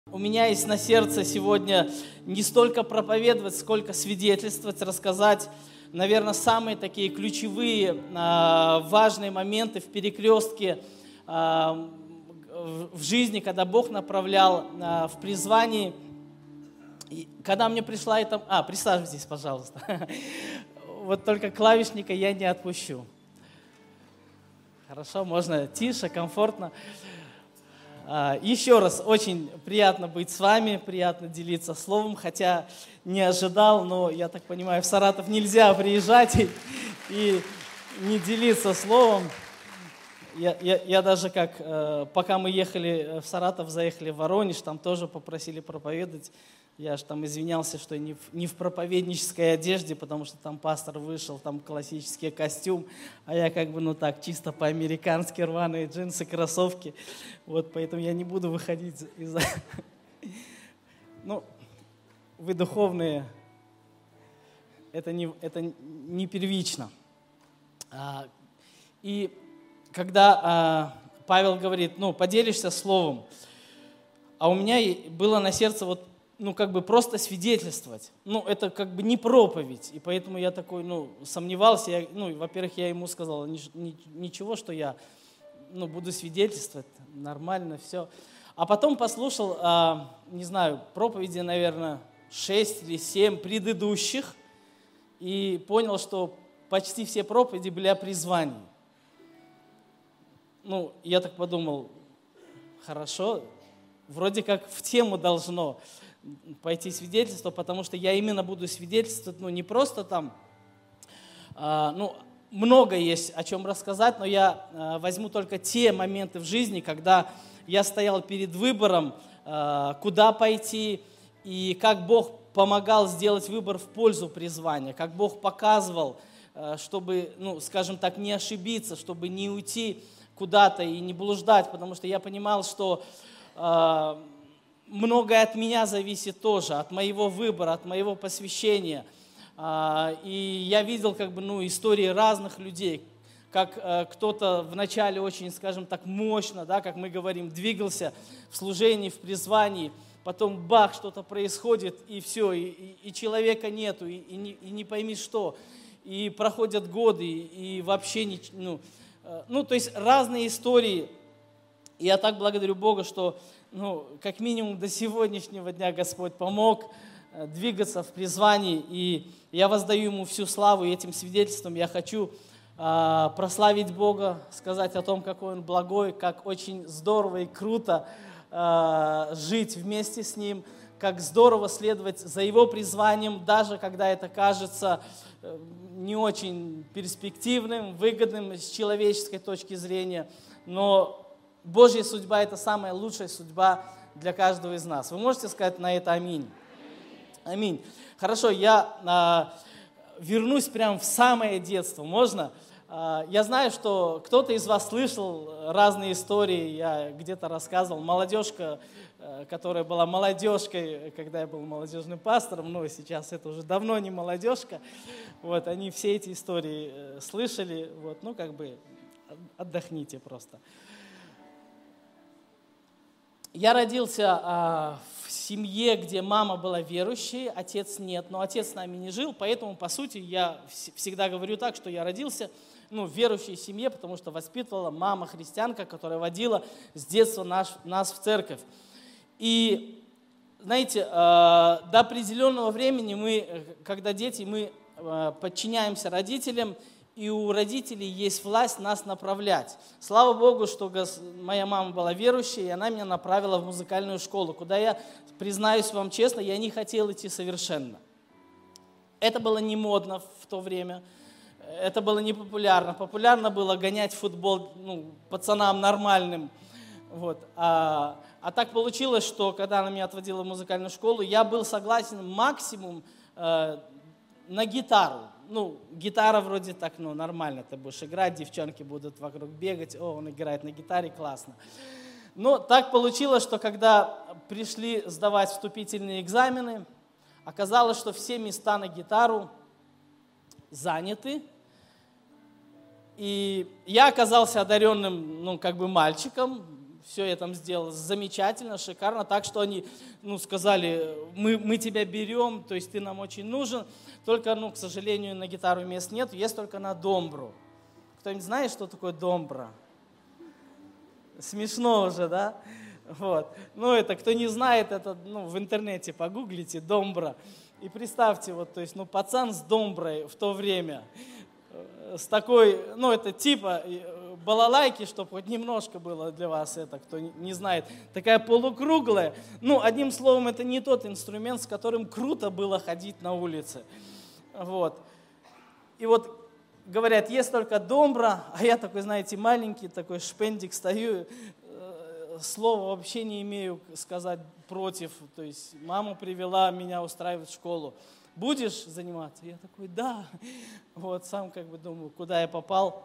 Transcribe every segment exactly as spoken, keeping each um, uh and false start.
У меня есть на сердце сегодня не столько проповедовать, сколько свидетельствовать, рассказать, наверное, самые такие ключевые, важные моменты в перекрестке в жизни, когда Бог направлял в призвании. Когда мне пришла эта... А, присаживайтесь, пожалуйста. Вот только клавишника я не отпущу. Хорошо, можно тише, комфортно. Еще раз, очень приятно быть с вами, приятно делиться словом, хотя не ожидал, но, я так понимаю, в Саратов нельзя приезжать и, и не делиться словом. Я, я, я даже как, пока мы ехали в Саратов, заехали в Воронеж, там тоже попросили проповедовать. Я же там извинялся, что не в, не в проповеднической одежде, потому что там пастор вышел, там классический костюм, а я как бы, ну так, чисто по-американски рваные джинсы, кроссовки. Вот, поэтому я не буду выходить из-за... Ну, вы духовные, это не, это не первично. И когда Павел говорит, ну, поделишься словом, а у меня было на сердце вот ну, как бы просто свидетельствовать. Ну, это как бы не проповедь. И поэтому я такой, ну, сомневался. Я, ну, во-первых, я ему сказал, ничего, что я, ну, буду свидетельствовать, нормально, все. А потом послушал, а, не знаю, проповеди, наверное, шесть или семь предыдущих, и понял, что почти все проповеди были о призвании. Ну, я так подумал, хорошо, вроде как в тему должно пойти свидетельство, потому что я именно буду свидетельствовать, ну, не просто там, а, ну, много есть о чем рассказать, но я а, возьму только те моменты в жизни, когда я стоял перед выбором, а, куда пойти, и как Бог помогал сделать выбор в пользу призвания, как Бог показывал, а, чтобы, ну, скажем так, не ошибиться, чтобы не уйти куда-то и не блуждать, потому что я понимал, что а, многое от меня зависит тоже, от моего выбора, от моего посвящения. И я видел как бы, ну, истории разных людей, как кто-то вначале очень, скажем так, мощно, да, как мы говорим, двигался в служении, в призвании, потом бах, что-то происходит, и все, и, и, и человека нету, и, и, не, и не пойми что. И проходят годы, и, и вообще, не, ну, ну, то есть разные истории. И я так благодарю Бога, что ну, как минимум до сегодняшнего дня Господь помог двигаться в призвании, и я воздаю Ему всю славу, и этим свидетельством я хочу э, прославить Бога, сказать о том, какой Он благой, как очень здорово и круто э, жить вместе с Ним, как здорово следовать за Его призванием, даже когда это кажется э, не очень перспективным, выгодным с человеческой точки зрения, но Божья судьба – это самая лучшая судьба для каждого из нас. Вы можете сказать на это аминь? Аминь. Хорошо, я а, вернусь прямо в самое детство. Можно? А, я знаю, что кто-то из вас слышал разные истории. Я где-то рассказывал. Молодежка, которая была молодежкой, когда я был молодежным пастором, но сейчас это уже давно не молодежка. Вот, они все эти истории слышали. Вот, ну, как бы отдохните просто. Я родился а, в семье, где мама была верующей, отец нет, но отец с нами не жил, поэтому, по сути, я всегда говорю так, что я родился ну, в верующей семье, потому что воспитывала мама христианка, которая водила с детства наш, нас в церковь. И, знаете, а, до определенного времени мы, когда дети, мы а, подчиняемся родителям, и у родителей есть власть нас направлять. Слава Богу, что моя мама была верующей, и она меня направила в музыкальную школу, куда я, признаюсь вам честно, я не хотел идти совершенно. Это было не модно в то время, это было не популярно. Популярно было гонять в футбол ну, пацанам нормальным. Вот. А, а так получилось, что когда она меня отводила в музыкальную школу, я был согласен максимум э, на гитару. Ну, гитара вроде так, ну, нормально ты будешь играть, девчонки будут вокруг бегать, о, он играет на гитаре, классно. Но так получилось, что когда пришли сдавать вступительные экзамены, оказалось, что все места на гитару заняты. И я оказался одаренным, ну, как бы мальчиком, все я там сделал замечательно, шикарно, так что они, ну, сказали, мы, мы тебя берем, то есть ты нам очень нужен, только, ну, к сожалению, на гитару мест нет, есть только на домбру. Кто-нибудь знает, что такое домбра? Смешно уже, да? Вот. Ну, это, кто не знает, это, ну, в интернете погуглите, домбра. И представьте, вот, то есть, ну, пацан с домброй в то время, с такой, ну, это типа балалайки, чтобы хоть немножко было для вас это, кто не знает, такая полукруглая. Ну, одним словом, это не тот инструмент, с которым круто было ходить на улице. Вот. И вот говорят, есть только домбра, а я такой, знаете, маленький, такой шпендик стою, слова вообще не имею сказать против. То есть мама привела меня устраивать в школу. Будешь заниматься? Я такой, да. Вот сам как бы думаю, куда я попал.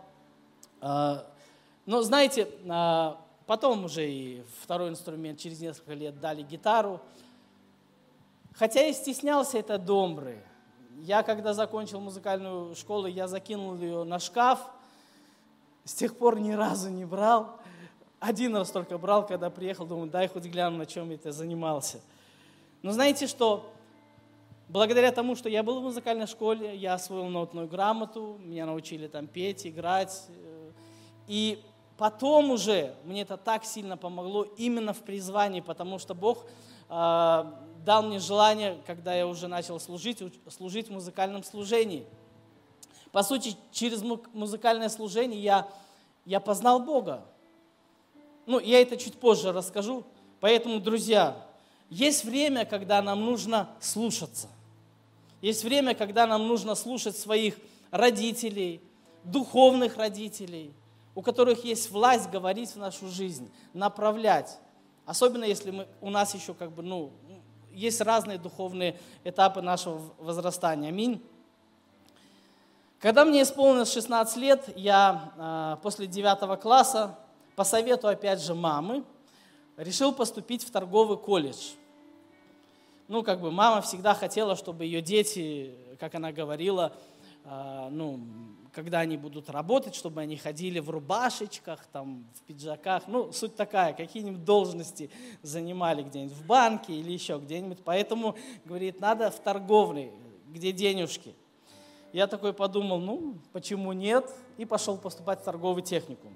Но знаете, потом уже и второй инструмент через несколько лет дали гитару. Хотя я стеснялся этой домбры. Я когда закончил музыкальную школу, я закинул ее на шкаф. С тех пор ни разу не брал. Один раз только брал, когда приехал, думаю, дай хоть гляну, на чем я это занимался. Но знаете что? Благодаря тому, что я был в музыкальной школе, я освоил нотную грамоту, меня научили там петь, играть. И потом уже мне это так сильно помогло именно в призвании, потому что Бог э, дал мне желание, когда я уже начал служить, служить в музыкальном служении. По сути, через музыкальное служение я, я познал Бога. Ну, я это чуть позже расскажу. Поэтому, друзья, есть время, когда нам нужно слушаться. Есть время, когда нам нужно слушать своих родителей, духовных родителей, у которых есть власть говорить в нашу жизнь, направлять. Особенно, если мы, у нас еще как бы, ну, есть разные духовные этапы нашего возрастания. Аминь. Когда мне исполнилось шестнадцать лет, я после девятого класса, по совету, опять же, мамы, решил поступить в торговый колледж. Ну, как бы мама всегда хотела, чтобы ее дети, как она говорила, э, ну, когда они будут работать, чтобы они ходили в рубашечках, там, в пиджаках. Ну, суть такая, какие-нибудь должности занимали где-нибудь в банке или еще где-нибудь. Поэтому, говорит, надо в торговле, где денежки. Я такой подумал, ну, почему нет? И пошел поступать в торговый техникум.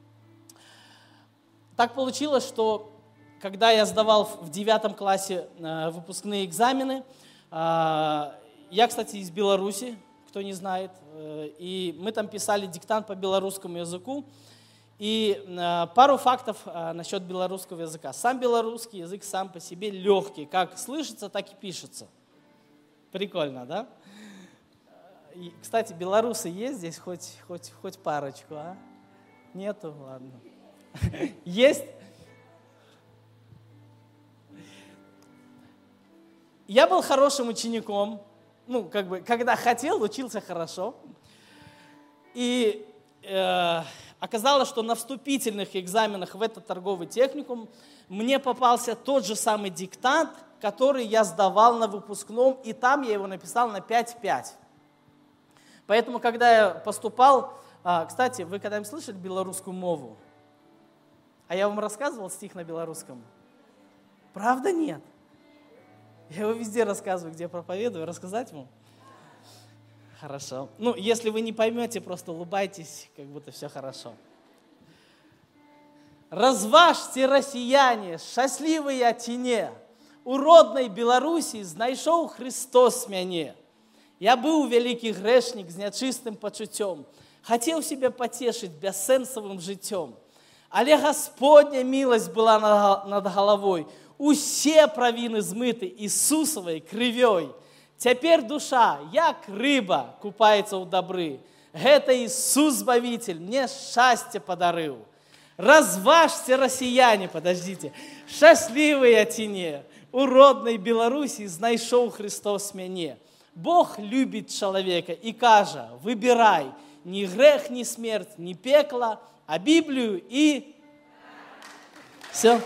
Так получилось, что когда я сдавал в девятом классе выпускные экзамены, я, кстати, из Беларуси, кто не знает, и мы там писали диктант по белорусскому языку, и пару фактов насчет белорусского языка. Сам белорусский язык сам по себе легкий, как слышится, так и пишется. Прикольно, да? И, кстати, белорусы есть здесь хоть, хоть, хоть парочку, а? Нету? Ладно. Есть? Я был хорошим учеником, ну, как бы, когда хотел, учился хорошо. И э, оказалось, что на вступительных экзаменах в этот торговый техникум мне попался тот же самый диктант, который я сдавал на выпускном, и там я его написал на пять пять. Поэтому, когда я поступал, э, кстати, вы когда-нибудь слышали белорусскую мову? А я вам рассказывал стих на белорусском? Правда нет? Я его везде рассказываю, где проповедую. Рассказать вам? Хорошо. Ну, если вы не поймете, просто улыбайтесь, как будто все хорошо. Разважьте, россияне, счастливые тіне, у родной Беларусі знайшоў Христос мяне. Я был великий грешник с нечистым почуттем, хотел себя потешить бессенсовым життем. Але Господня милость была над головой, усе провины змыты Иисусовой кровёй. Теперь душа, як рыба, купается у добры. Это Иисус Збавитель мне счастье подарил. Разважьте, россияне, подождите, счастливые тіне, у родной Беларуси знайшоў Христос мяне. Бог любит человека и каже, выбирай ни грех, ни смерть, ни пекло, а Библию и... Все.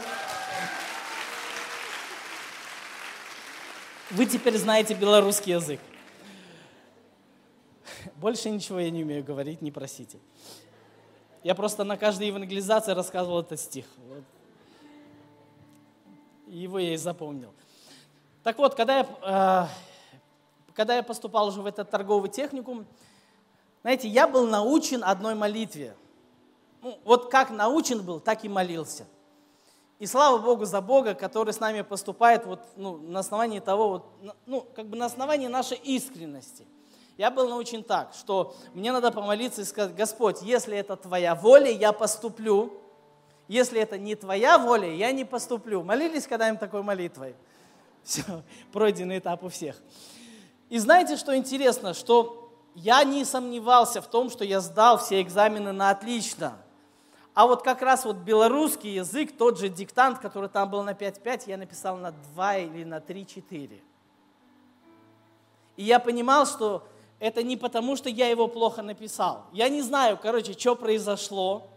Вы теперь знаете белорусский язык. Больше ничего я не умею говорить, не просите. Я просто на каждой евангелизации рассказывал этот стих. Вот. Его я и запомнил. Так вот, когда я, э, когда я поступал уже в этот торговый техникум, знаете, я был научен одной молитве. Ну, вот как научен был, так и молился. И слава Богу за Бога, который с нами поступает вот, ну, на основании того, вот, ну, как бы на основании нашей искренности. Я был научен так, что мне надо помолиться и сказать: Господь, если это Твоя воля, я поступлю. Если это не Твоя воля, я не поступлю. Молились когда-нибудь такой молитвой? Все, пройденный этап у всех. И знаете, что интересно? Что я не сомневался в том, что я сдал все экзамены на отлично. А вот как раз вот белорусский язык, тот же диктант, который там был на пять пять, я написал на два или на три четыре. И я понимал, что это не потому, что я его плохо написал. Я не знаю, короче, что произошло.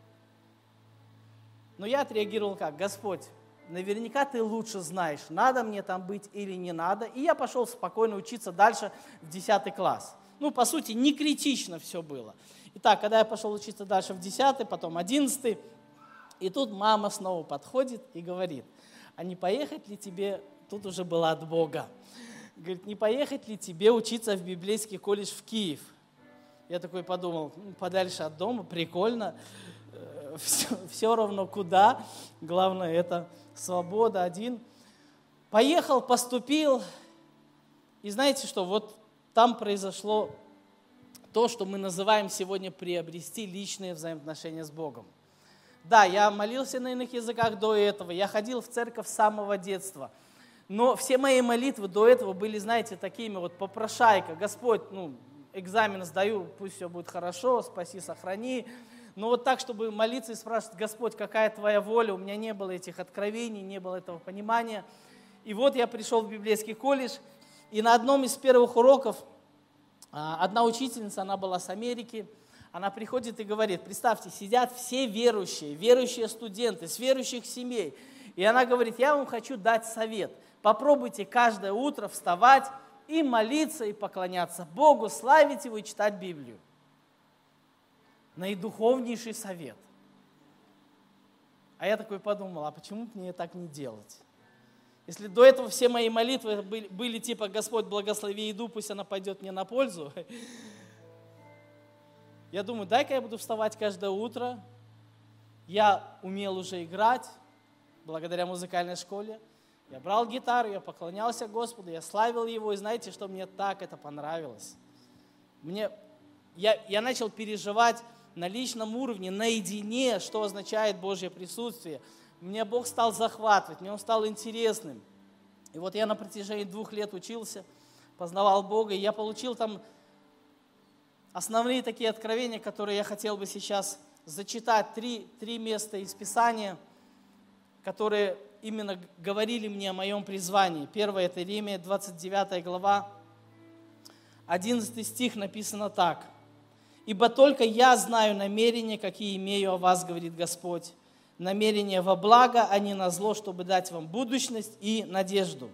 Но я отреагировал как: Господь, наверняка Ты лучше знаешь, надо мне там быть или не надо. И я пошел спокойно учиться дальше в десятый класс. Ну, по сути, не критично все было. Итак, когда я пошел учиться дальше в десятый, потом одиннадцатый, и тут мама снова подходит и говорит: а не поехать ли тебе, тут уже было от Бога, говорит, не поехать ли тебе учиться в библейский колледж в Киев? Я такой подумал: ну, подальше от дома, прикольно, все, все равно куда, главное это свобода, один. Поехал, поступил, и знаете что, вот там произошло то, что мы называем сегодня приобрести личные взаимоотношения с Богом. Да, я молился на иных языках до этого, я ходил в церковь с самого детства, но все мои молитвы до этого были, знаете, такими вот попрошайка: Господь, ну, экзамен сдаю, пусть все будет хорошо, спаси, сохрани. Но вот так, чтобы молиться и спрашивать: Господь, какая Твоя воля? У меня не было этих откровений, не было этого понимания. И вот я пришел в библейский колледж, и на одном из первых уроков одна учительница, она была с Америки, она приходит и говорит: представьте, сидят все верующие, верующие студенты, с верующих семей. И она говорит: я вам хочу дать совет. Попробуйте каждое утро вставать и молиться, и поклоняться Богу, славить Его и читать Библию. Наидуховнейший совет. А я такой подумал: а почему мне так не делать? Если до этого все мои молитвы были, были типа: Господь, благослови еду, пусть она пойдет мне на пользу. Я думаю, дай-ка я буду вставать каждое утро. Я умел уже играть, благодаря музыкальной школе. Я брал гитару, я поклонялся Господу, я славил Его. И знаете, что мне так это понравилось? Мне, я, я начал переживать на личном уровне, наедине, что означает Божье присутствие. Мне Бог стал захватывать, мне Он стал интересным. И вот я на протяжении двух лет учился, познавал Бога, и я получил там основные такие откровения, которые я хотел бы сейчас зачитать. Три, три места из Писания, которые именно говорили мне о моем призвании. Первое – это Иеремия, двадцать девятая глава, одиннадцатый стих, написано так. «Ибо только я знаю намерения, какие имею о вас, говорит Господь, намерения во благо, а не на зло, чтобы дать вам будущность и надежду».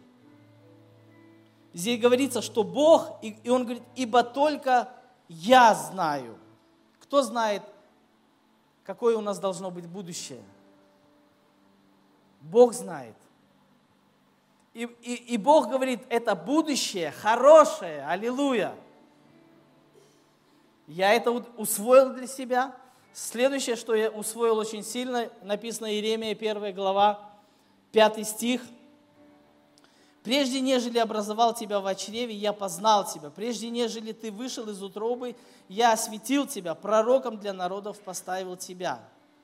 Здесь говорится, что Бог, и Он говорит: ибо только я знаю. Кто знает, какое у нас должно быть будущее? Бог знает. И, и, и Бог говорит, это будущее хорошее, аллилуйя. Я это усвоил для себя. Следующее, что я усвоил очень сильно, написано Иеремия, первая глава, пятый стих. «Прежде нежели образовал тебя в чреве, я познал тебя. Прежде нежели ты вышел из утробы, я осветил тебя, пророком для народов поставил тебя».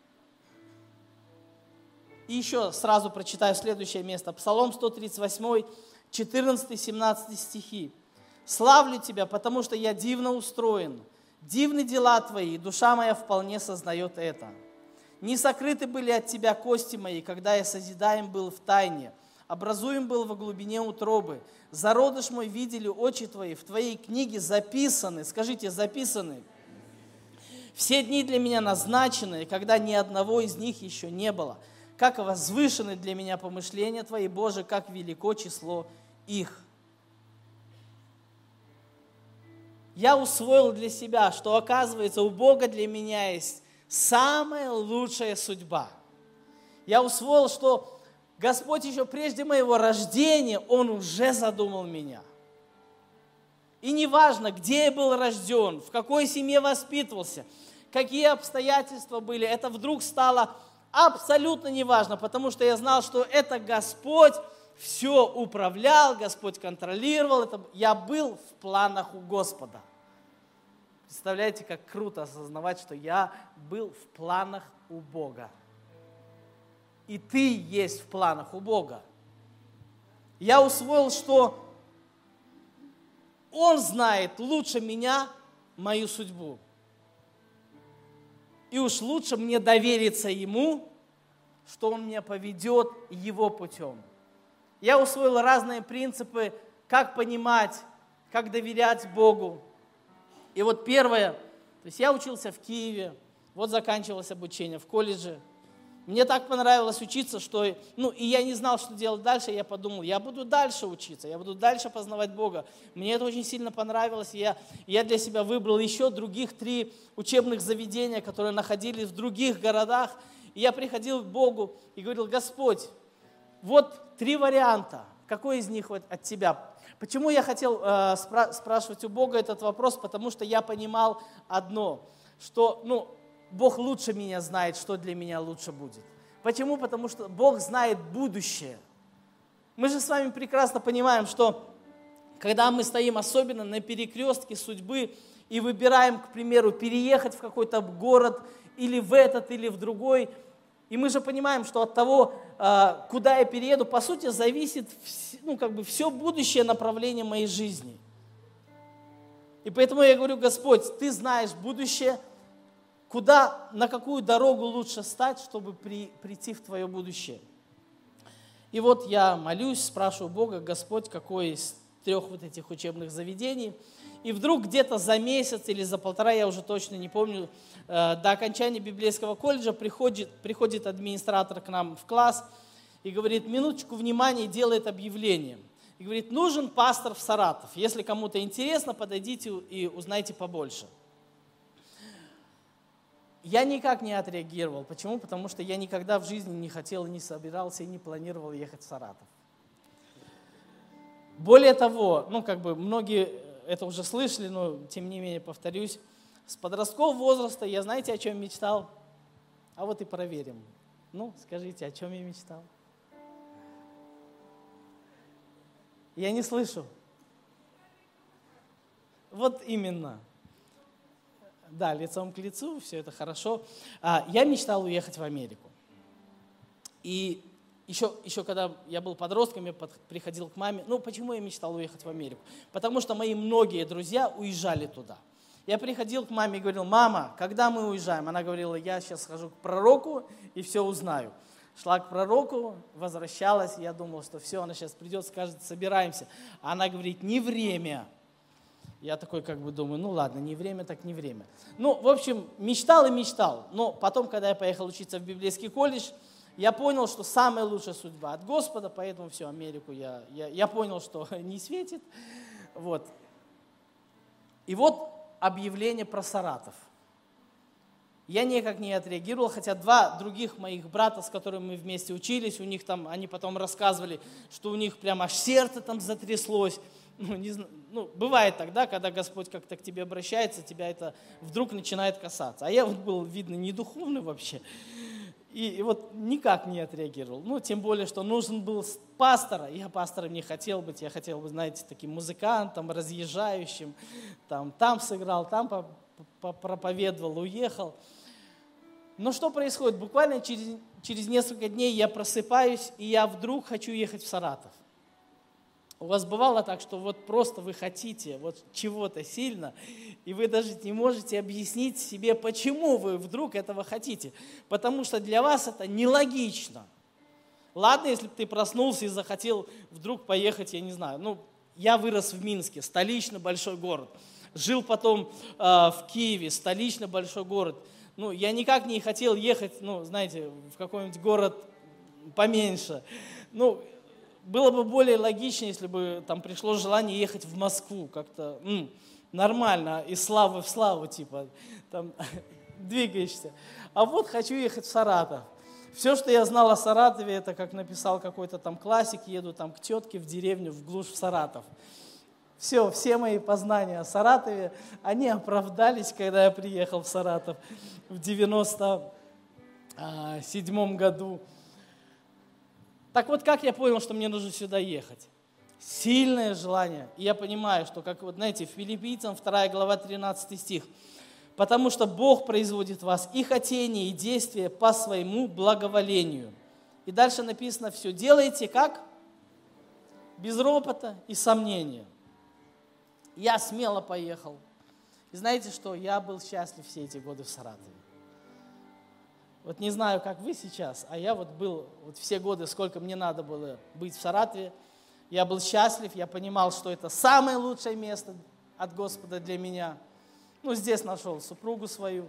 И еще сразу прочитаю следующее место. Псалом сто тридцать восемь, четырнадцатый-семнадцатый стихи. «Славлю тебя, потому что я дивно устроен. Дивны дела твои, и душа моя вполне сознает это. Не сокрыты были от тебя кости мои, когда я созидаем был в тайне, образуем был во глубине утробы. Зародыш мой видели очи твои, в твоей книге записаны». Скажите, записаны. «Все дни для меня назначены, когда ни одного из них еще не было. Как возвышены для меня помышления твои, Боже, как велико число их». Я усвоил для себя, что, оказывается, у Бога для меня есть самая лучшая судьба. Я усвоил, что Господь еще прежде моего рождения, Он уже задумал меня. И неважно, где я был рожден, в какой семье воспитывался, какие обстоятельства были, это вдруг стало абсолютно неважно, потому что я знал, что это Господь все управлял, Господь контролировал, это я был в планах у Господа. Представляете, как круто осознавать, что я был в планах у Бога. И ты есть в планах у Бога. Я усвоил, что Он знает лучше меня мою судьбу. И уж лучше мне довериться Ему, что Он меня поведет Его путем. Я усвоил разные принципы, как понимать, как доверять Богу. И вот первое, то есть я учился в Киеве, вот заканчивалось обучение в колледже. Мне так понравилось учиться, что, ну, и я не знал, что делать дальше. Я подумал, я буду дальше учиться, я буду дальше познавать Бога. Мне это очень сильно понравилось. И я, я для себя выбрал еще других три учебных заведения, которые находились в других городах. И я приходил к Богу и говорил: Господь, вот три варианта, какой из них от Тебя? Почему я хотел э, спра- спрашивать у Бога этот вопрос? Потому что я понимал одно, что, ну, Бог лучше меня знает, что для меня лучше будет. Почему? Потому что Бог знает будущее. Мы же с вами прекрасно понимаем, что когда мы стоим особенно на перекрестке судьбы и выбираем, к примеру, переехать в какой-то город или в этот, или в другой, и мы же понимаем, что от того, куда я перееду, по сути, зависит, ну, как бы все будущее направление моей жизни. И поэтому я говорю: Господь, Ты знаешь будущее, куда, на какую дорогу лучше стать, чтобы при, прийти в Твое будущее. И вот я молюсь, спрашиваю Бога: Господь, какое из трех вот этих учебных заведений? И вдруг где-то за месяц или за полтора, я уже точно не помню, до окончания библейского колледжа приходит, приходит администратор к нам в класс и говорит: минуточку внимания, делает объявление. И говорит: нужен пастор в Саратов. Если кому-то интересно, подойдите и узнайте побольше. Я никак не отреагировал. Почему? Потому что я никогда в жизни не хотел, не собирался и не планировал ехать в Саратов. Более того, ну как бы многие это уже слышали, но тем не менее повторюсь, с подросткового возраста я, знаете, о чем мечтал? А вот и проверим. Ну, скажите, о чем я мечтал? Я не слышу. Вот именно. Да, лицом к лицу, все это хорошо. Я мечтал уехать в Америку. И еще, еще когда я был подростком, я приходил к маме. Ну, почему я мечтал уехать в Америку? Потому что мои многие друзья уезжали туда. Я приходил к маме и говорил: мама, когда мы уезжаем? Она говорила: я сейчас схожу к пророку и все узнаю. Шла к пророку, возвращалась, я думал, что все, она сейчас придет, скажет: собираемся. А она говорит: не время. Я такой как бы думаю: ну ладно, не время, так не время. Ну, в общем, мечтал и мечтал. Но потом, когда я поехал учиться в библейский колледж, я понял, что самая лучшая судьба от Господа, поэтому все, Америку я, я, я понял, что не светит. Вот. И вот объявление про Саратов. Я никак не отреагировал, хотя два других моих брата, с которыми мы вместе учились, у них там, они потом рассказывали, что у них прям аж сердце там затряслось. Ну, не знаю, ну, бывает тогда, когда Господь как-то к тебе обращается, тебя это вдруг начинает касаться. А я вот был, видно, не духовный вообще. И, и вот никак не отреагировал. Ну, тем более, что нужен был пастор. Я пастором не хотел быть. Я хотел быть, знаете, таким музыкантом, разъезжающим. Там, там сыграл, там проповедовал, уехал. Но что происходит? Буквально через, через несколько дней я просыпаюсь, и я вдруг хочу ехать в Саратов. У вас бывало так, что вот просто вы хотите вот чего-то сильно, и вы даже не можете объяснить себе, почему вы вдруг этого хотите. Потому что для вас это нелогично. Ладно, если бы ты проснулся и захотел вдруг поехать, я не знаю, ну, я вырос в Минске, столичный большой город. Жил потом э, в Киеве, столичный большой город. Ну, я никак не хотел ехать, ну, знаете, в какой-нибудь город поменьше. Ну, было бы более логично, если бы там пришло желание ехать в Москву, как-то м, нормально, из славы в славу, типа, там двигаешься. А вот хочу ехать в Саратов. Все, что я знал о Саратове, это, как написал какой-то там классик, еду там к тетке в деревню, в глушь в Саратов. Все, все мои познания о Саратове, они оправдались, когда я приехал в Саратов в девяносто седьмом году. Так вот, как я понял, что мне нужно сюда ехать? Сильное желание. И я понимаю, что, как вот, знаете, в Филиппийцам вторая глава, тринадцатый стих. «Потому что Бог производит в вас и хотение, и действие по своему благоволению». И дальше написано все. Делайте как? Без ропота и сомнения. Я смело поехал. И знаете что? Я был счастлив все эти годы в Саратове. Вот не знаю, как вы сейчас, а я вот был вот все годы, сколько мне надо было быть в Саратове, я был счастлив, я понимал, что это самое лучшее место от Господа для меня. Ну, здесь нашел супругу свою.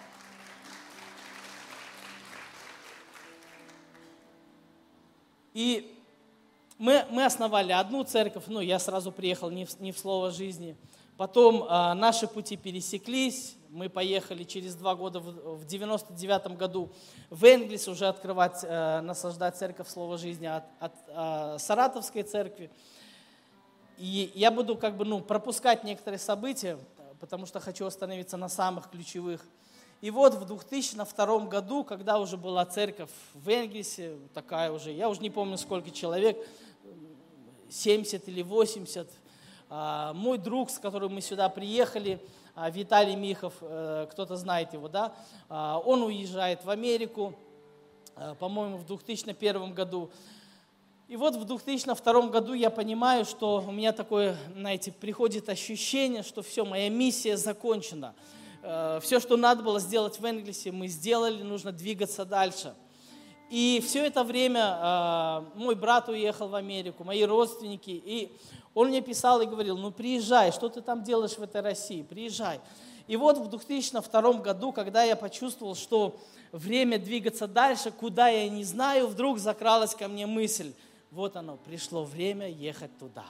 И мы, мы основали одну церковь, ну, я сразу приехал не в, не в Слово жизни. Потом а, наши пути пересеклись, мы поехали через два года, в, в девяносто девятом году в Энгельс уже открывать, а, насаждать церковь Слова жизни от, от а, Саратовской церкви. И я буду как бы, ну, пропускать некоторые события, потому что хочу остановиться на самых ключевых. И вот в две тысячи втором году, когда уже была церковь в Энгельсе, такая уже, я уже не помню сколько человек, семьдесят или восемьдесят, мой друг, с которым мы сюда приехали, Виталий Михов, кто-то знает его, да, он уезжает в Америку, по-моему, в две тысячи первом году. И вот в две тысячи втором году я понимаю, что у меня такое, знаете, приходит ощущение, что все, моя миссия закончена. Все, что надо было сделать в Энгельсе, мы сделали, нужно двигаться дальше. И все это время мой брат уехал в Америку, мои родственники, и он мне писал и говорил: ну приезжай, что ты там делаешь в этой России, приезжай. И вот в две тысячи втором году, когда я почувствовал, что время двигаться дальше, куда я не знаю, вдруг закралась ко мне мысль: вот оно, пришло время ехать туда.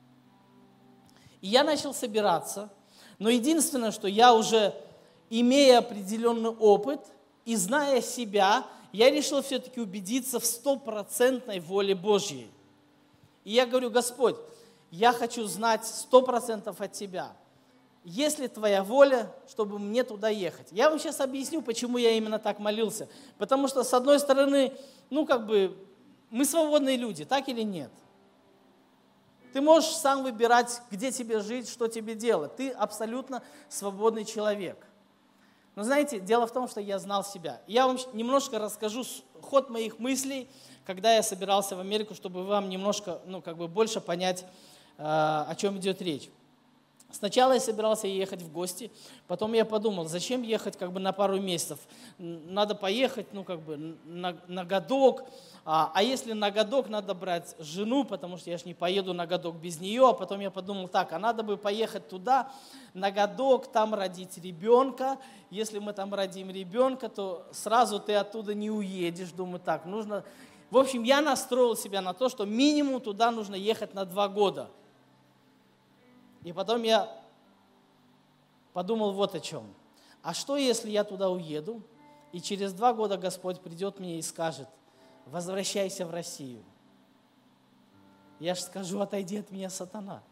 И я начал собираться, но единственное, что я уже, имея определенный опыт и зная себя, я решил все-таки убедиться в стопроцентной воле Божьей. И я говорю: Господь, я хочу знать сто процентов от Тебя. Есть ли Твоя воля, чтобы мне туда ехать? Я вам сейчас объясню, почему я именно так молился. Потому что, с одной стороны, ну как бы, мы свободные люди, так или нет? Ты можешь сам выбирать, где тебе жить, что тебе делать. Ты абсолютно свободный человек. Но знаете, дело в том, что я знал себя. Я вам немножко расскажу ход моих мыслей, когда я собирался в Америку, чтобы вам немножко, ну как бы больше понять, о чем идет речь. Сначала я собирался ехать в гости, потом я подумал, зачем ехать как бы на пару месяцев. Надо поехать, ну как бы на, на годок, а, а если на годок, надо брать жену, потому что я же не поеду на годок без нее. А потом я подумал так, а надо бы поехать туда на годок, там родить ребенка. Если мы там родим ребенка, то сразу ты оттуда не уедешь. Думаю, так, нужно... В общем, я настроил себя на то, что минимум туда нужно ехать на два года. И потом я подумал вот о чем. А что, если я туда уеду, и через два года Господь придет мне и скажет: возвращайся в Россию? Я же скажу: отойди от меня, сатана.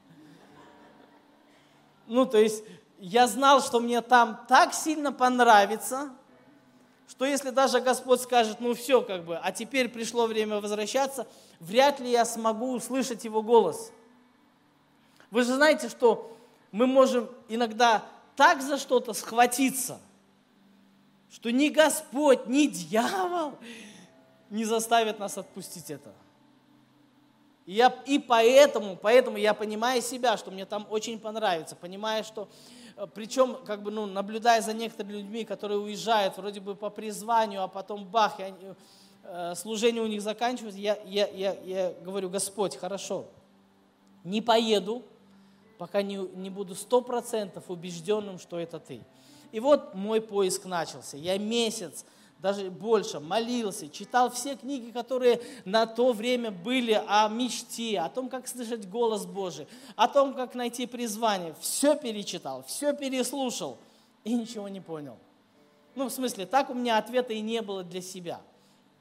Ну, то есть, я знал, что мне там так сильно понравится, что если даже Господь скажет: ну все, как бы, а теперь пришло время возвращаться, вряд ли я смогу услышать Его голос. Вы же знаете, что мы можем иногда так за что-то схватиться, что ни Господь, ни дьявол не заставят нас отпустить это. И, я, и поэтому, поэтому я понимаю себя, что мне там очень понравится, понимаю, что, причем, как бы, ну, наблюдая за некоторыми людьми, которые уезжают вроде бы по призванию, а потом бах, и они, э, служение у них заканчивается, я, я, я, я говорю: Господь, хорошо, не поеду, пока не, не буду сто процентов убежденным, что это Ты. И вот мой поиск начался. Я месяц, даже больше, молился, читал все книги, которые на то время были о мечте, о том, как слышать голос Божий, о том, как найти призвание. Все перечитал, все переслушал и ничего не понял. Ну, в смысле, так у меня ответа и не было для себя.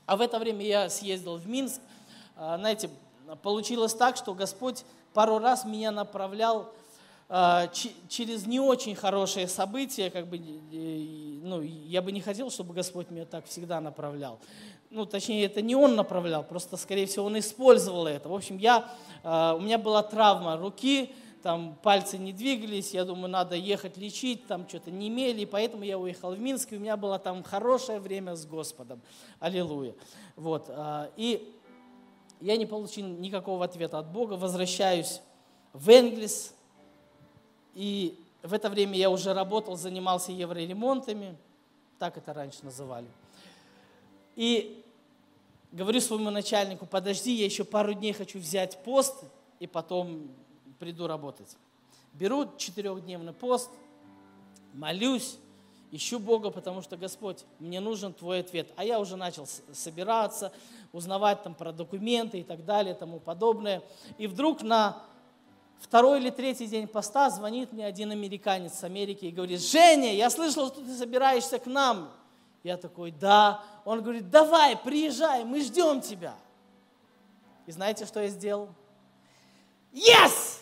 А в это время я съездил в Минск. Знаете, получилось так, что Господь пару раз меня направлял через не очень хорошие события, как бы, ну, я бы не хотел, чтобы Господь меня так всегда направлял. Ну, точнее, это не Он направлял, просто, скорее всего, Он использовал это. В общем, я, у меня была травма руки, там пальцы не двигались, я думаю, надо ехать лечить, там что-то не имели, и поэтому я уехал в Минск, и у меня было там хорошее время с Господом. Аллилуйя. Вот. И я не получил никакого ответа от Бога, возвращаюсь в Энгельс, и в это время я уже работал, занимался евроремонтами, так это раньше называли. И говорю своему начальнику: подожди, я еще пару дней хочу взять пост, и потом приду работать. Беру четырехдневный пост, молюсь, ищу Бога, потому что, Господь, мне нужен Твой ответ. А я уже начал собираться, узнавать там про документы и так далее, и тому подобное. И вдруг на второй или третий день поста звонит мне один американец с Америки и говорит: Женя, я слышал, что ты собираешься к нам. Я такой: да. Он говорит: давай, приезжай, мы ждем тебя. И знаете, что я сделал? Yes!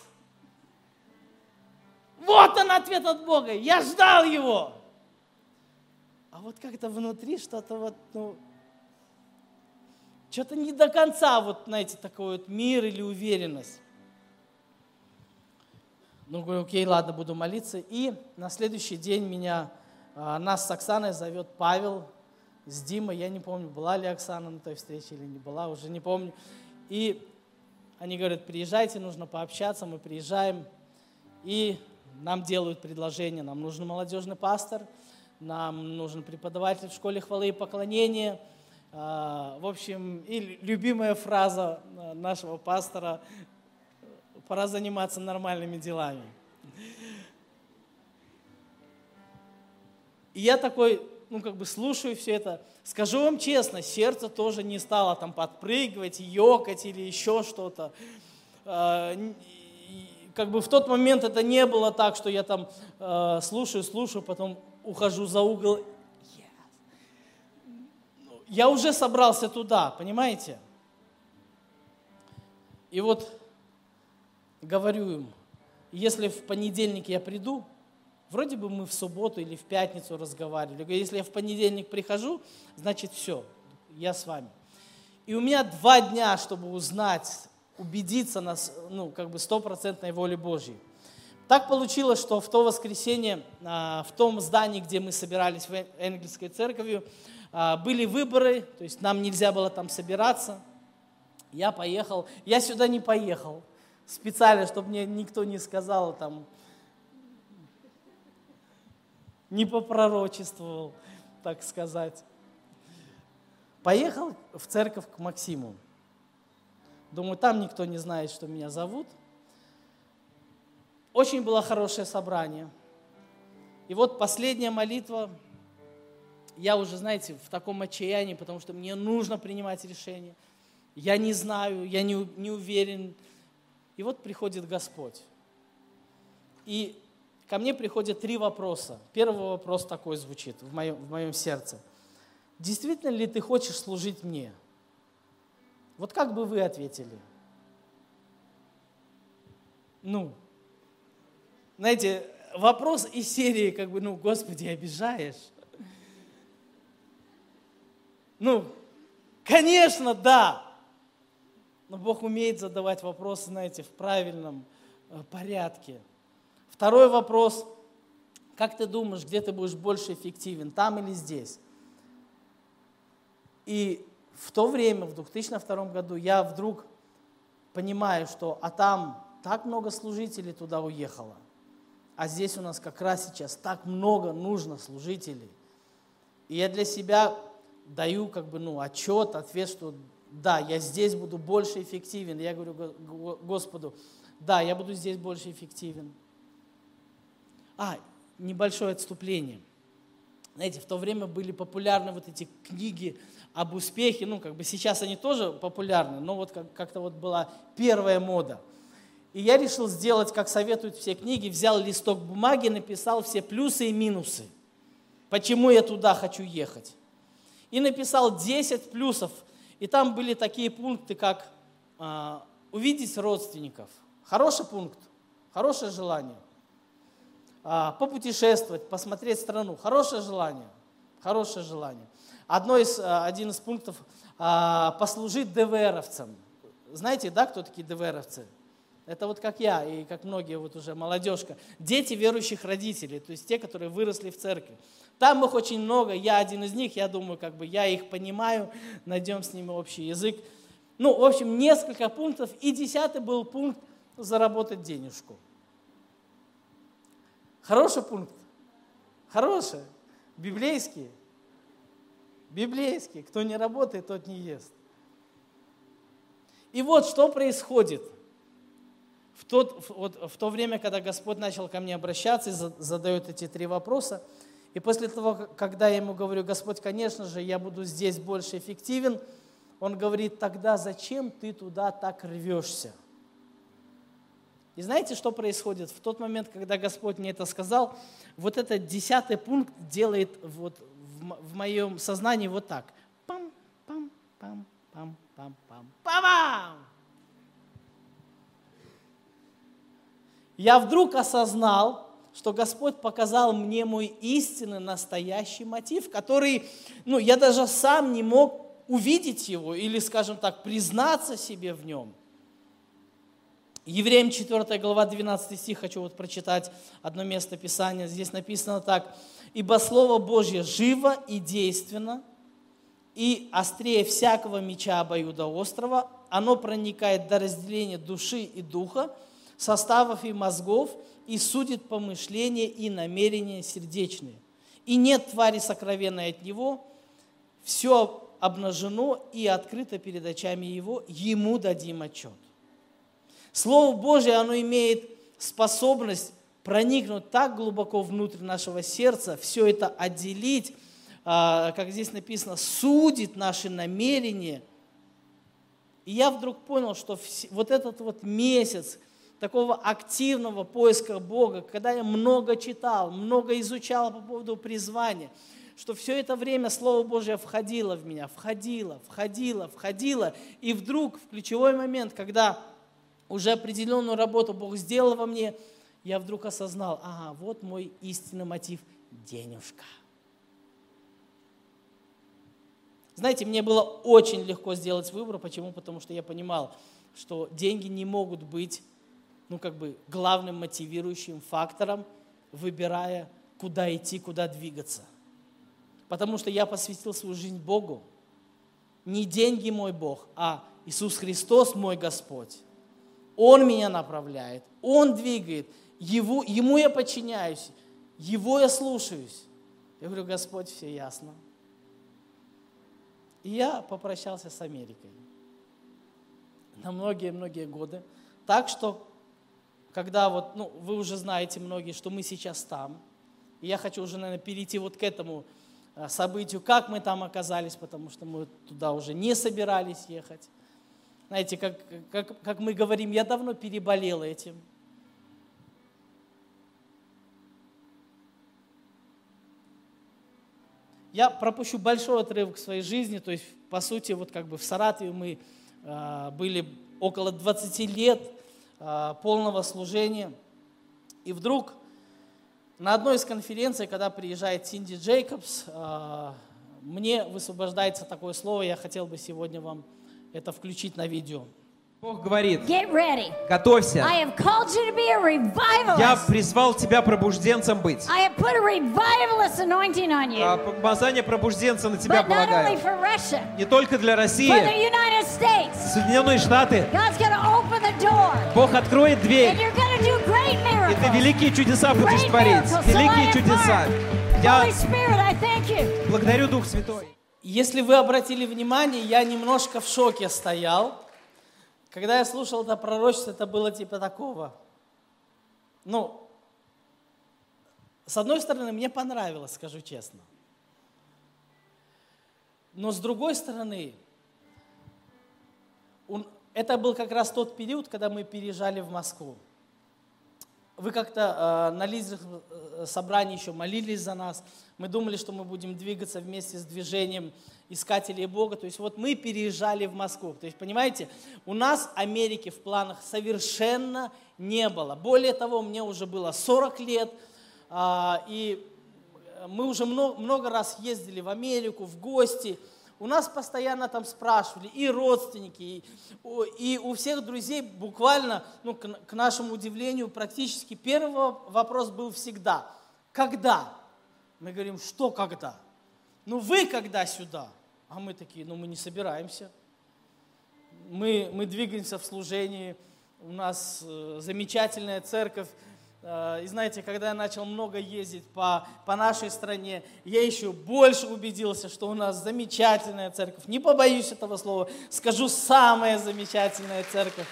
Вот он, ответ от Бога. Я ждал его. А вот как-то внутри что-то вот, ну, что-то не до конца, вот, знаете, такой вот мир или уверенность. Ну, говорю, окей, ладно, буду молиться. И на следующий день меня, нас с Оксаной зовет Павел с Димой. Я не помню, была ли Оксана на той встрече или не была, уже не помню. И они говорят: приезжайте, нужно пообщаться. Мы приезжаем, и нам делают предложение. Нам нужен молодежный пастор, нам нужен преподаватель в школе хвалы и поклонения. В общем, и любимая фраза нашего пастора: пора заниматься нормальными делами. И я такой, ну, как бы слушаю все это. Скажу вам честно, сердце тоже не стало там подпрыгивать, ёкать или еще что-то. Как бы в тот момент это не было так, что я там слушаю, слушаю, потом ухожу за угол. Я уже собрался туда, понимаете? И вот говорю им: если в понедельник я приду, вроде бы мы в субботу или в пятницу разговаривали, если я в понедельник прихожу, значит все, я с вами. И у меня два дня, чтобы узнать, убедиться на, ну, как бы стопроцентной воле Божьей. Так получилось, что в то воскресенье в том здании, где мы собирались в Энгельской церкви, были выборы, то есть нам нельзя было там собираться. Я поехал, я сюда не поехал. Специально, чтобы мне никто не сказал, там, не попророчествовал, так сказать. Поехал в церковь к Максиму. Думаю, там никто не знает, что меня зовут. Очень было хорошее собрание. И вот последняя молитва. Я уже, знаете, в таком отчаянии, потому что мне нужно принимать решение. Я не знаю, я не, не уверен. И вот приходит Господь. И ко мне приходят три вопроса. Первый вопрос такой звучит в моем, в моем сердце. Действительно ли ты хочешь служить мне? Вот как бы вы ответили? Ну, знаете, вопрос из серии, как бы, ну, Господи, обижаешь? Ну, конечно, да. Но Бог умеет задавать вопросы, знаете, в правильном порядке. Второй вопрос. Как ты думаешь, где ты будешь больше эффективен, там или здесь? И в то время, в две тысячи втором году, я вдруг понимаю, что а там так много служителей туда уехало, а здесь у нас как раз сейчас так много нужно служителей. И я для себя даю как бы, ну, отчет, ответ, что да, я здесь буду больше эффективен. Я говорю Господу: да, я буду здесь больше эффективен. А, небольшое отступление. Знаете, в то время были популярны вот эти книги об успехе. Ну, как бы сейчас они тоже популярны, но вот как- как-то вот была первая мода. И я решил сделать, как советуют все книги, взял листок бумаги, написал все плюсы и минусы. Почему я туда хочу ехать? и написал десять плюсов. И там были такие пункты, как э, увидеть родственников. Хороший пункт, хорошее желание. Э, попутешествовать, посмотреть страну. Хорошее желание, хорошее желание. Одно из, один из пунктов э, – послужить ДВРовцам. Знаете, да, кто такие ДВРовцы? Это вот как я и как многие вот уже молодежка. Дети верующих родителей, то есть те, которые выросли в церкви. Там их очень много, я один из них, я думаю, как бы я их понимаю, найдем с ними общий язык. Ну, в общем, несколько пунктов, и десятый был пункт – заработать денежку. Хороший пункт? Хороший? Библейский? Библейский. Кто не работает, тот не ест. И вот что происходит. В, тот, вот, в то время, когда Господь начал ко мне обращаться и задает эти три вопроса, и после того, когда я ему говорю: Господь, конечно же, я буду здесь больше эффективен, он говорит: тогда зачем ты туда так рвешься? И знаете, что происходит? В тот момент, когда Господь мне это сказал, вот этот десятый пункт делает вот в, в моем сознании вот так. Пам-пам-пам-пам-пам-пам-пам. Я вдруг осознал, что Господь показал мне мой истинный, настоящий мотив, который, ну, я даже сам не мог увидеть его или, скажем так, признаться себе в нем. Евреям четвёртая глава, двенадцатый стих, хочу вот прочитать одно место Писания. Здесь написано так: «Ибо Слово Божье живо и действенно, и острее всякого меча обоюдоострого, оно проникает до разделения души и духа, составов и мозгов, и судит помышления и намерения сердечные. И нет твари сокровенной от него, все обнажено и открыто перед очами его, ему дадим отчет». Слово Божье, оно имеет способность проникнуть так глубоко внутрь нашего сердца, все это отделить, как здесь написано, судит наши намерения. И я вдруг понял, что вот этот вот месяц такого активного поиска Бога, когда я много читал, много изучал по поводу призвания, что все это время Слово Божье входило в меня, входило, входило, входило. И вдруг в ключевой момент, когда уже определенную работу Бог сделал во мне, я вдруг осознал: ага, вот мой истинный мотив – денежка. Знаете, мне было очень легко сделать выбор. Почему? Потому что я понимал, что деньги не могут быть, ну, как бы главным мотивирующим фактором, выбирая, куда идти, куда двигаться. Потому что я посвятил свою жизнь Богу. Не деньги мой Бог, а Иисус Христос мой Господь. Он меня направляет, Он двигает, Его, Ему я подчиняюсь, Его я слушаюсь. Я говорю: Господь, все ясно. И я попрощался с Америкой на многие-многие годы. Так что, когда вот, ну, вы уже знаете многие, что мы сейчас там, и я хочу уже, наверное, перейти вот к этому событию, как мы там оказались, потому что мы туда уже не собирались ехать. Знаете, как, как, как мы говорим, я давно переболел этим. Я пропущу большой отрывок своей жизни, то есть, по сути, вот как бы в Саратове мы э, были около двадцати лет э, полного служения. И вдруг на одной из конференций, когда приезжает Синди Джейкобс, э, мне высвобождается такое слово, я хотел бы сегодня вам это включить на видео. Бог говорит: Get ready. Готовься. I have called you to be a revivalist. Я призвал тебя пробужденцем быть. I have put a revivalist anointing on you. А помазание пробужденца на тебя But not only полагаю. for Russia, Не только для России, for the United States. Соединенные Штаты. God's going to open the door. Бог откроет And дверь, you're going to do great и ты miracles. великие чудеса будешь Great творить. miracles. So I Великие am чудеса. part. Я Holy Spirit, I thank you. благодарю Дух Святой. Если вы обратили внимание, я немножко в шоке стоял. Когда я слушал это пророчество, это было типа такого. Ну, с одной стороны, мне понравилось, скажу честно. Но с другой стороны, он, это был как раз тот период, когда мы переезжали в Москву. вы как-то э, на лидерских собраниях еще молились за нас. Мы думали, что мы будем двигаться вместе с движением искателей Бога. То есть вот мы переезжали в Москву. То есть, понимаете, у нас Америки в планах совершенно не было. Более того, мне уже было сорок лет, э, и мы уже много, много раз ездили в Америку, в гости. У нас постоянно там спрашивали и родственники, и, и у всех друзей буквально, ну, к, к нашему удивлению, практически первый вопрос был всегда: когда? Мы говорим: что когда? Ну вы когда сюда? А мы такие: ну мы не собираемся. Мы, мы двигаемся в служении, у нас э, замечательная церковь. И знаете, когда я начал много ездить по, по нашей стране, я еще больше убедился, что у нас замечательная церковь. Не побоюсь этого слова, скажу: самая замечательная церковь.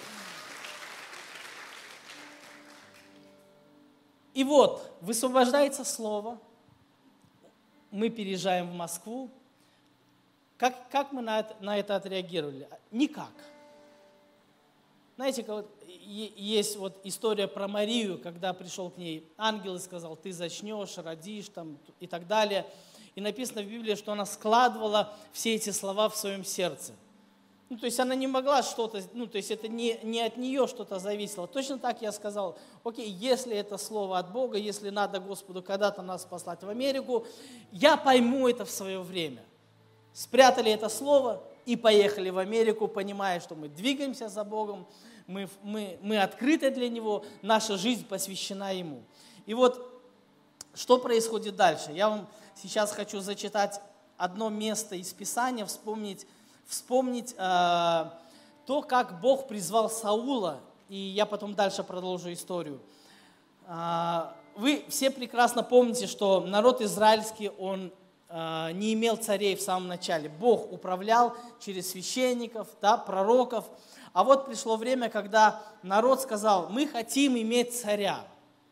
И вот, высвобождается слово, мы переезжаем в Москву. Как, как мы на это, на это отреагировали? Никак. Знаете, вот, есть вот история про Марию, когда пришел к ней ангел и сказал: ты зачнешь, родишь там, и так далее. И написано в Библии, что она складывала все эти слова в своем сердце. Ну, то есть она не могла что-то, ну, то есть это не, не от нее что-то зависело. Точно так я сказал: окей, если это слово от Бога, если надо Господу когда-то нас послать в Америку, я пойму это в свое время. Спрятали это слово и поехали в Америку, понимая, что мы двигаемся за Богом, мы, мы, мы открыты для Него, наша жизнь посвящена Ему. И вот что происходит дальше? Я вам сейчас хочу зачитать одно место из Писания, вспомнить, вспомнить э, то, как Бог призвал Саула, и я потом дальше продолжу историю. Э, вы все прекрасно помните, что народ израильский, он э, не имел царей в самом начале. Бог управлял через священников, да, пророков. А вот пришло время, когда народ сказал: мы хотим иметь царя.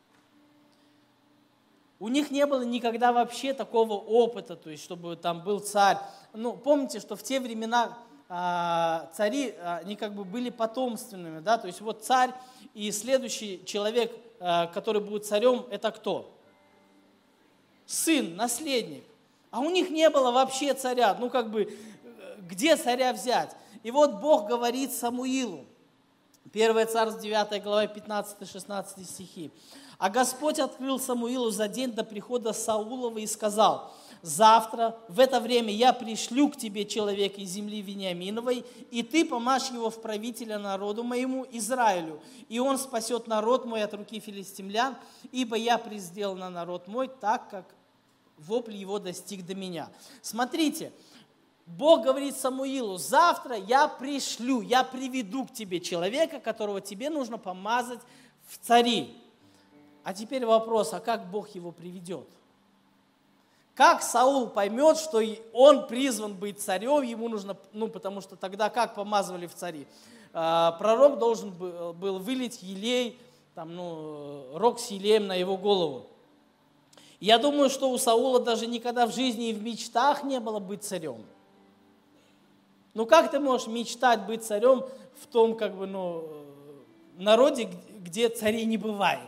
У них не было никогда вообще такого опыта, то есть чтобы там был царь. Ну, помните, что в те времена а, цари, а, они как бы были потомственными, да, то есть вот царь и следующий человек, а, который будет царем, это кто? Сын, наследник. А у них не было вообще царя, ну как бы, где царя взять? И вот Бог говорит Самуилу, первое Царств, девятая глава, пятнадцатый-шестнадцатый стихи. «А Господь открыл Самуилу за день до прихода Саулова и сказал: завтра в это время я пришлю к тебе человека из земли Вениаминовой, и ты помажь его в правителя народу моему Израилю, и он спасет народ мой от руки филистимлян, ибо я презрел на народ мой, так как вопль его достиг до меня». Смотрите, Бог говорит Самуилу: завтра я пришлю, я приведу к тебе человека, которого тебе нужно помазать в цари. А теперь вопрос: а как Бог его приведет? Как Саул поймет, что он призван быть царем, ему нужно, ну потому что тогда как помазывали в цари? А, пророк должен был вылить елей, там, ну, рог с елеем на его голову. Я думаю, что у Саула даже никогда в жизни и в мечтах не было быть царем. Ну как ты можешь мечтать быть царем в том, как бы, ну, народе, где царей не бывает?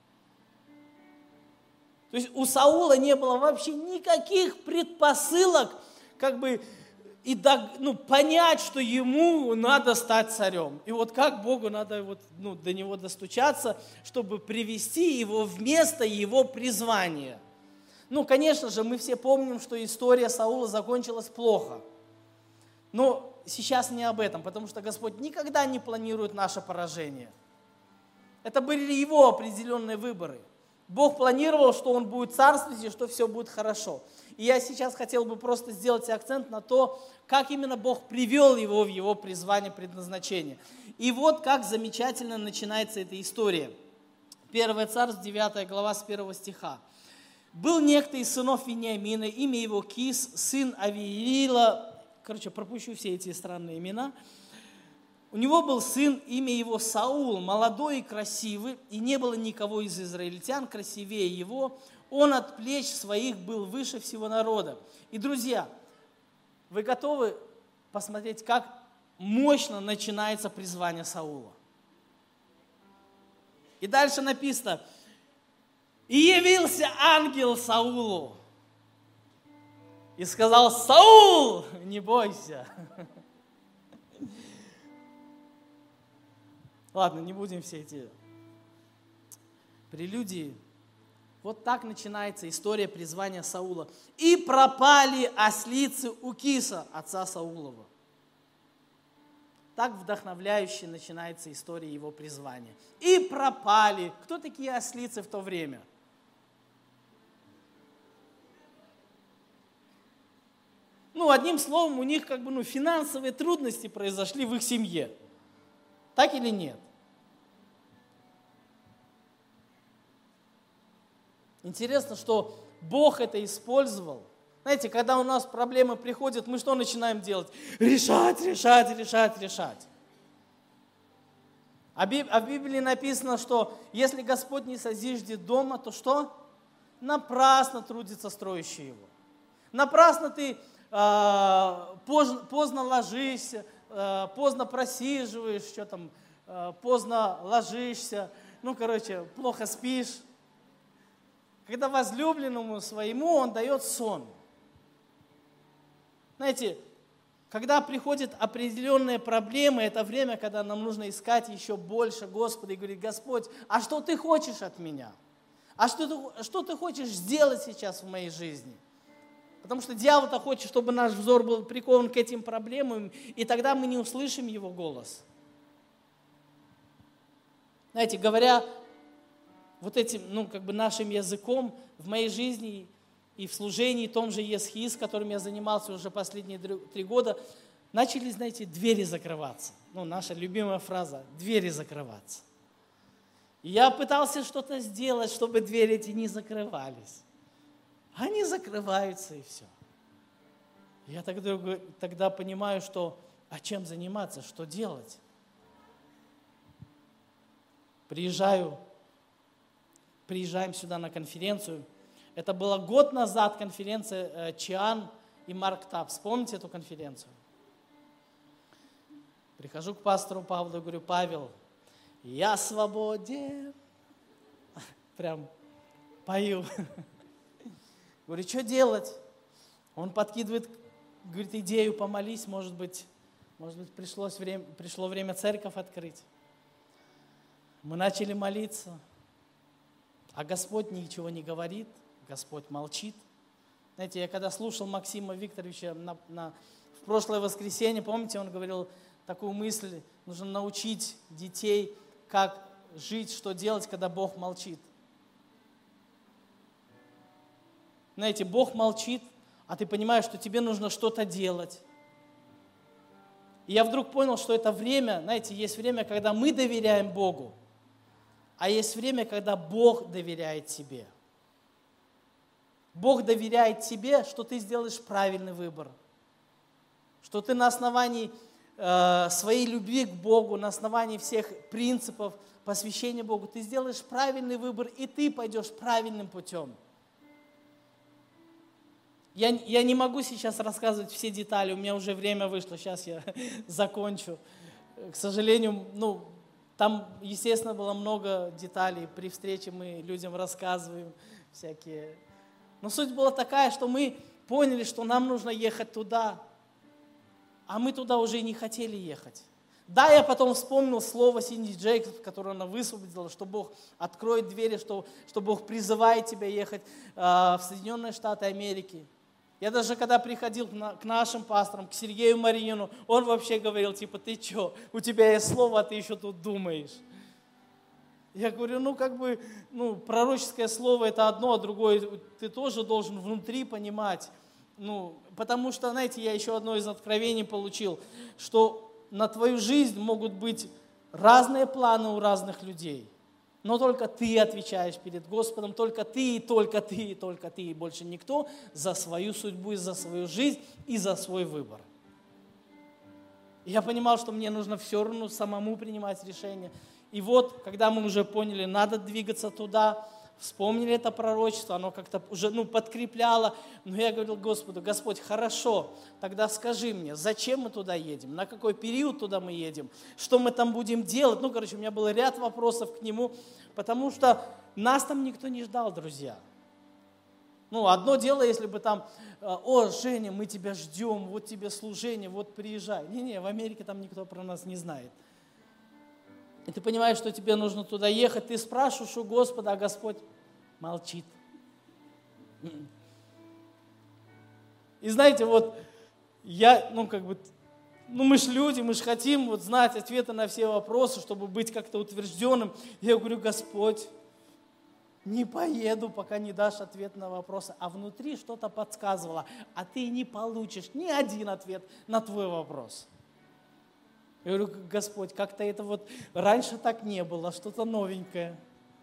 То есть у Саула не было вообще никаких предпосылок, как бы, и до, ну, понять, что ему надо стать царем. И вот как Богу надо вот, ну, до него достучаться, чтобы привести его в место его призвания. Ну, конечно же, мы все помним, что история Саула закончилась плохо. Но сейчас не об этом, потому что Господь никогда не планирует наше поражение. Это были его определенные выборы. Бог планировал, что он будет царствовать и что все будет хорошо. И я сейчас хотел бы просто сделать акцент на то, как именно Бог привел его в его призвание, предназначение. И вот как замечательно начинается эта история. первое Царств, девятая глава, с первого стиха. «Был некто из сынов Вениамина, имя его Кис, сын Авиила». Короче, пропущу все эти странные имена. У него был сын, имя его Саул, молодой и красивый, и не было никого из израильтян красивее его. Он от плеч своих был выше всего народа. И, друзья, вы готовы посмотреть, как мощно начинается призвание Саула? И дальше написано, и явился ангел Саулу и сказал: Саул, не бойся. Ладно, не будем все эти прелюдии. Вот так начинается история призвания Саула. И пропали ослицы у Киса, отца Саулова. Так вдохновляюще начинается история его призвания. И пропали. Кто такие ослицы в то время? Ну, одним словом, у них как бы ну, финансовые трудности произошли в их семье. Так или нет? Интересно, что Бог это использовал. Знаете, когда у нас проблемы приходят, мы что начинаем делать? Решать, решать, решать, решать. А в Библии написано, что если Господь не созиждет дома, то что? Напрасно трудится строящий его. Напрасно ты э, поздно, поздно ложишься, э, поздно просиживаешь, что там, э, поздно ложишься, ну, короче, плохо спишь. Когда возлюбленному своему он дает сон. Знаете, когда приходят определенные проблемы, это время, когда нам нужно искать еще больше Господа и говорить: Господь, а что ты хочешь от меня? А что ты, что ты хочешь сделать сейчас в моей жизни? Потому что дьявол-то хочет, чтобы наш взор был прикован к этим проблемам, и тогда мы не услышим его голос. Знаете, говоря вот этим, ну, как бы нашим языком в моей жизни и в служении, том же ЕСХИС, которым я занимался уже последние три года, начали, знаете, двери закрываться. Ну, наша любимая фраза – двери закрываться. И я пытался что-то сделать, чтобы двери эти не закрывались. Они закрываются, и все. Я тогда, тогда понимаю, что а чем заниматься, что делать? Приезжаю Приезжаем сюда на конференцию. Это было год назад конференция Чиан и Марк Тапс. Помните эту конференцию? Прихожу к пастору Павлу и говорю: Павел, я свободен. Прям пою. Говорю: что делать? Он подкидывает, говорит, идею: помолись, может быть, может быть пришлось время, пришло время церковь открыть. Мы начали молиться. А Господь ничего не говорит, Господь молчит. Знаете, я когда слушал Максима Викторовича на, на, в прошлое воскресенье, помните, он говорил такую мысль: нужно научить детей, как жить, что делать, когда Бог молчит. Знаете, Бог молчит, а ты понимаешь, что тебе нужно что-то делать. И я вдруг понял, что это время, знаете, есть время, когда мы доверяем Богу, а есть время, когда Бог доверяет тебе. Бог доверяет тебе, что ты сделаешь правильный выбор. Что ты на основании э, своей любви к Богу, на основании всех принципов посвящения Богу, ты сделаешь правильный выбор, и ты пойдешь правильным путем. Я, я не могу сейчас рассказывать все детали, у меня уже время вышло, сейчас я закончу. К сожалению, ну, там, естественно, было много деталей. При встрече мы людям рассказываем всякие. Но суть была такая, что мы поняли, что нам нужно ехать туда, а мы туда уже и не хотели ехать. Да, я потом вспомнил слово Синди Джейкобс, которое она высвободила, что Бог откроет двери, что, что Бог призывает тебя ехать э, в Соединенные Штаты Америки. Я даже когда приходил к нашим пасторам, к Сергею Маринину, он вообще говорил, типа, ты что, у тебя есть слово, а ты еще тут думаешь. Я говорю, ну как бы, ну пророческое слово это одно, а другое ты тоже должен внутри понимать. Ну, потому что, знаете, я еще одно из откровений получил, что на твою жизнь могут быть разные планы у разных людей. Но только ты отвечаешь перед Господом, только ты, и только ты, и только ты, и больше никто за свою судьбу, и за свою жизнь, и за свой выбор. И я понимал, что мне нужно все равно самому принимать решение. И вот, когда мы уже поняли, надо двигаться туда, вспомнили это пророчество, оно как-то уже ну, подкрепляло. Но я говорил Господу: Господь, хорошо, тогда скажи мне, зачем мы туда едем, на какой период туда мы едем, что мы там будем делать. Ну, короче, у меня был ряд вопросов к Нему, потому что нас там никто не ждал, друзья. Ну, одно дело, если бы там: о, Женя, мы тебя ждем, вот тебе служение, вот приезжай. Не-не, в Америке там никто про нас не знает. И ты понимаешь, что тебе нужно туда ехать, ты спрашиваешь у Господа, а Господь молчит. И знаете, вот я, ну как бы, ну мы ж люди, мы ж хотим вот знать ответы на все вопросы, чтобы быть как-то утвержденным. Я говорю: Господь, не поеду, пока не дашь ответ на вопросы. А внутри что-то подсказывало, а ты не получишь ни один ответ на твой вопрос. Я говорю: Господь, как-то это вот раньше так не было, что-то новенькое.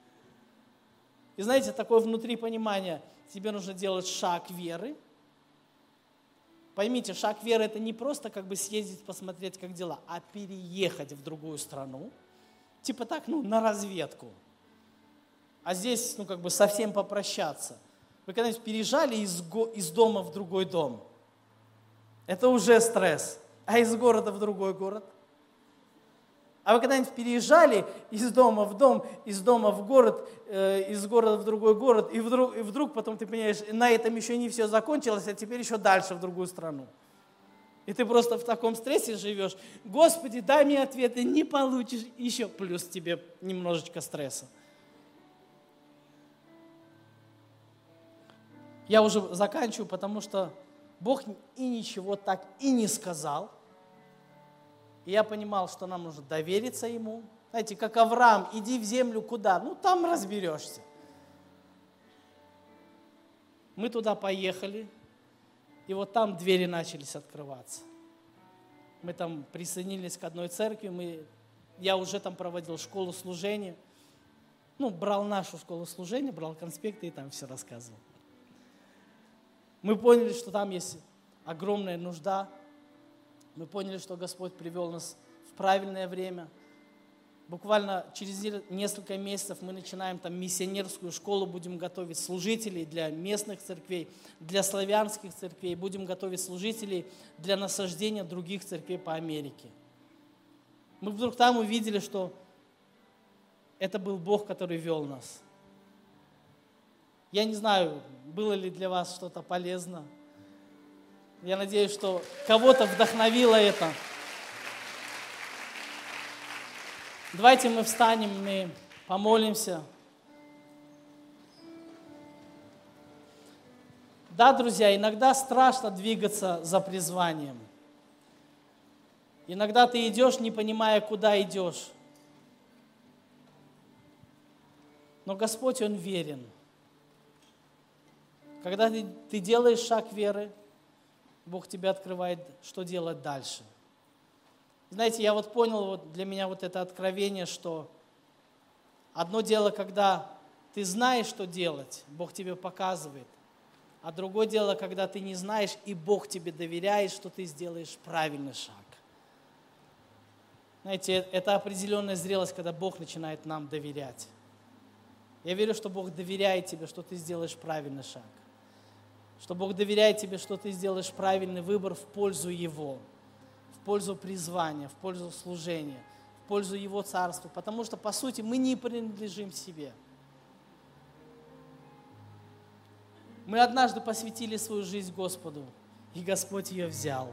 И знаете, такое внутри понимание: тебе нужно делать шаг веры. Поймите, шаг веры — это не просто как бы съездить, посмотреть, как дела, а переехать в другую страну. Типа так, ну, на разведку. А здесь, ну, как бы совсем попрощаться. Вы когда-нибудь переезжали из, го- из дома в другой дом? Это уже стресс. А из города в другой город? А вы когда-нибудь переезжали из дома в дом, из дома в город, э, из города в другой город, и вдруг, и вдруг потом ты понимаешь, на этом еще не все закончилось, а теперь еще дальше в другую страну. И ты просто в таком стрессе живешь. Господи, дай мне ответы, не получишь, еще плюс тебе немножечко стресса. Я уже заканчиваю, потому что Бог и ничего так и не сказал. И я понимал, что нам нужно довериться Ему. Знаете, как Авраам: иди в землю куда? Ну, там разберешься. Мы туда поехали, и вот там двери начались открываться. Мы там присоединились к одной церкви, мы, я уже там проводил школу служения. Ну, брал нашу школу служения, брал конспекты и там все рассказывал. Мы поняли, что там есть огромная нужда. Мы поняли, что Господь привел нас в правильное время. Буквально через несколько месяцев мы начинаем там миссионерскую школу, будем готовить служителей для местных церквей, для славянских церквей, будем готовить служителей для насаждения других церквей по Америке. Мы вдруг там увидели, что это был Бог, который вел нас. Я не знаю, было ли для вас что-то полезно. Я надеюсь, что кого-то вдохновило это. Давайте мы встанем, мы помолимся. Да, друзья, иногда страшно двигаться за призванием. Иногда ты идешь, не понимая, куда идешь. Но Господь, Он верен. Когда ты, ты делаешь шаг веры, Бог тебе открывает, что делать дальше. Знаете, я вот понял, вот для меня вот это откровение, что одно дело, когда ты знаешь, что делать, Бог тебе показывает, а другое дело, когда ты не знаешь, и Бог тебе доверяет, что ты сделаешь правильный шаг. Знаете, это определенная зрелость, когда Бог начинает нам доверять. Я верю, что Бог доверяет тебе, что ты сделаешь правильный шаг. Что Бог доверяет тебе, что ты сделаешь правильный выбор в пользу Его, в пользу призвания, в пользу служения, в пользу Его царства. Потому что, по сути, мы не принадлежим себе. Мы однажды посвятили свою жизнь Господу, и Господь ее взял.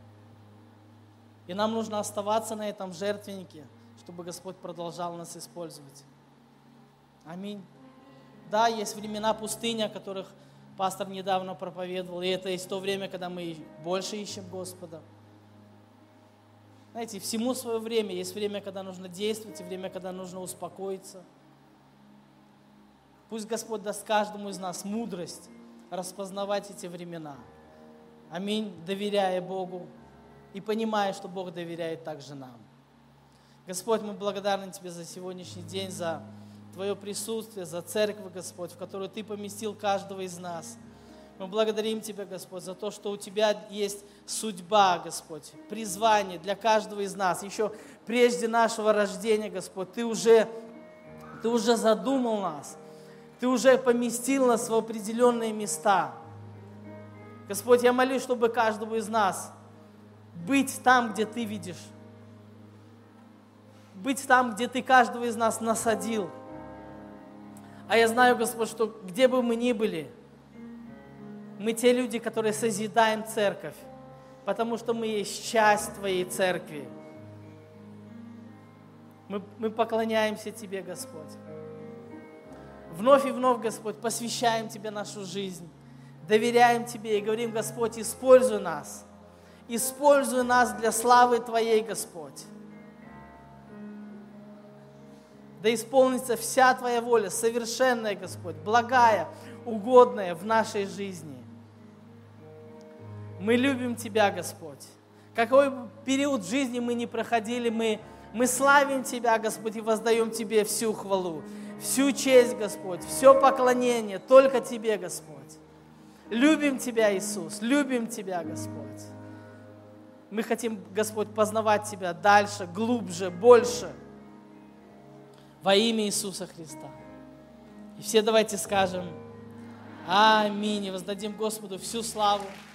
И нам нужно оставаться на этом жертвеннике, чтобы Господь продолжал нас использовать. Аминь. Да, есть времена пустыни, о которых пастор недавно проповедовал, и это есть то время, когда мы больше ищем Господа. Знаете, всему свое время. Есть время, когда нужно действовать, и время, когда нужно успокоиться. Пусть Господь даст каждому из нас мудрость распознавать эти времена. Аминь. Доверяя Богу и понимая, что Бог доверяет также нам. Господь, мы благодарны Тебе за сегодняшний день, за Твое присутствие, за церковь, Господь, в которую Ты поместил каждого из нас. Мы благодарим Тебя, Господь, за то, что у Тебя есть судьба, Господь, призвание для каждого из нас. Еще прежде нашего рождения, Господь, Ты уже, Ты уже задумал нас. Ты уже поместил нас в определенные места. Господь, я молюсь, чтобы каждому из нас быть там, где Ты видишь. Быть там, где Ты каждого из нас насадил. А я знаю, Господь, что где бы мы ни были, мы те люди, которые созидаем церковь, потому что мы есть часть Твоей церкви. Мы, мы поклоняемся Тебе, Господь. Вновь и вновь, Господь, посвящаем Тебе нашу жизнь, доверяем Тебе и говорим: Господь, используй нас. Используй нас для славы Твоей, Господь. Да исполнится вся Твоя воля, совершенная, Господь, благая, угодная в нашей жизни. Мы любим Тебя, Господь. Какой бы период жизни мы ни проходили, мы, мы славим Тебя, Господь, и воздаем Тебе всю хвалу, всю честь, Господь, все поклонение только Тебе, Господь. Любим Тебя, Иисус, любим Тебя, Господь. Мы хотим, Господь, познавать Тебя дальше, глубже, больше. Во имя Иисуса Христа. И все давайте скажем аминь. И воздадим Господу всю славу.